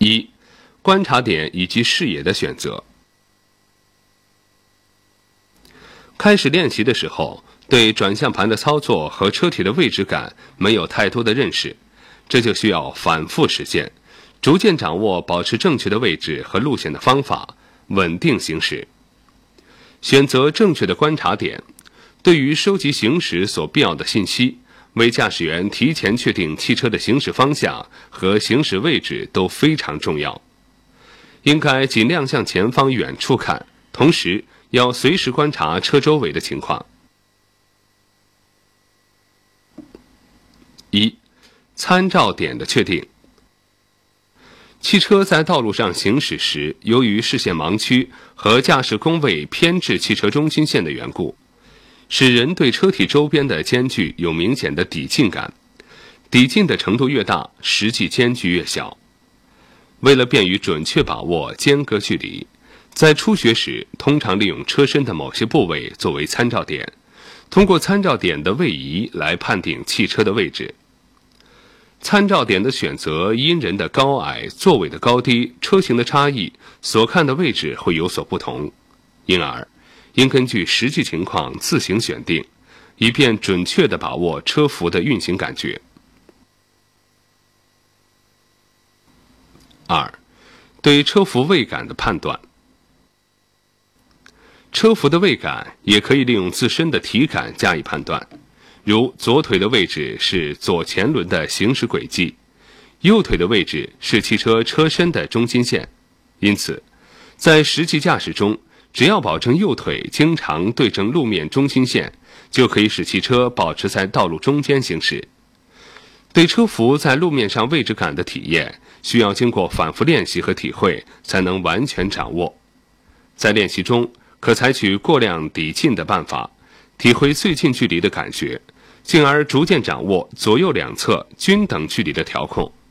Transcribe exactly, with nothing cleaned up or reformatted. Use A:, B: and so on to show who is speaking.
A: 一、观察点以及视野的选择。开始练习的时候，对转向盘的操作和车体的位置感没有太多的认识，这就需要反复实践，逐渐掌握保持正确的位置和路线的方法，稳定行驶。选择正确的观察点，对于收集行驶所必要的信息，为驾驶员提前确定汽车的行驶方向和行驶位置都非常重要。应该尽量向前方远处看，同时要随时观察车周围的情况。一、参照点的确定。汽车在道路上行驶时，由于视线盲区和驾驶工位偏至汽车中心线的缘故，使人对车体周边的间距有明显的抵近感。抵近的程度越大，实际间距越小。为了便于准确把握间隔距离，在初学时通常利用车身的某些部位作为参照点，通过参照点的位移来判定汽车的位置。参照点的选择因人的高矮、座位的高低、车型的差异，所看的位置会有所不同，因而应根据实际情况自行选定，以便准确地把握车幅的运行感觉。二、对车幅位感的判断。车幅的位感也可以利用自身的体感加以判断，如左腿的位置是左前轮的行驶轨迹，右腿的位置是汽车车身的中心线。因此，在实际驾驶中，只要保证右腿经常对正路面中心线，就可以使汽车保持在道路中间行驶。对车幅在路面上位置感的体验，需要经过反复练习和体会才能完全掌握。在练习中，可采取过量抵近的办法，体会最近距离的感觉，进而逐渐掌握左右两侧均等距离的调控。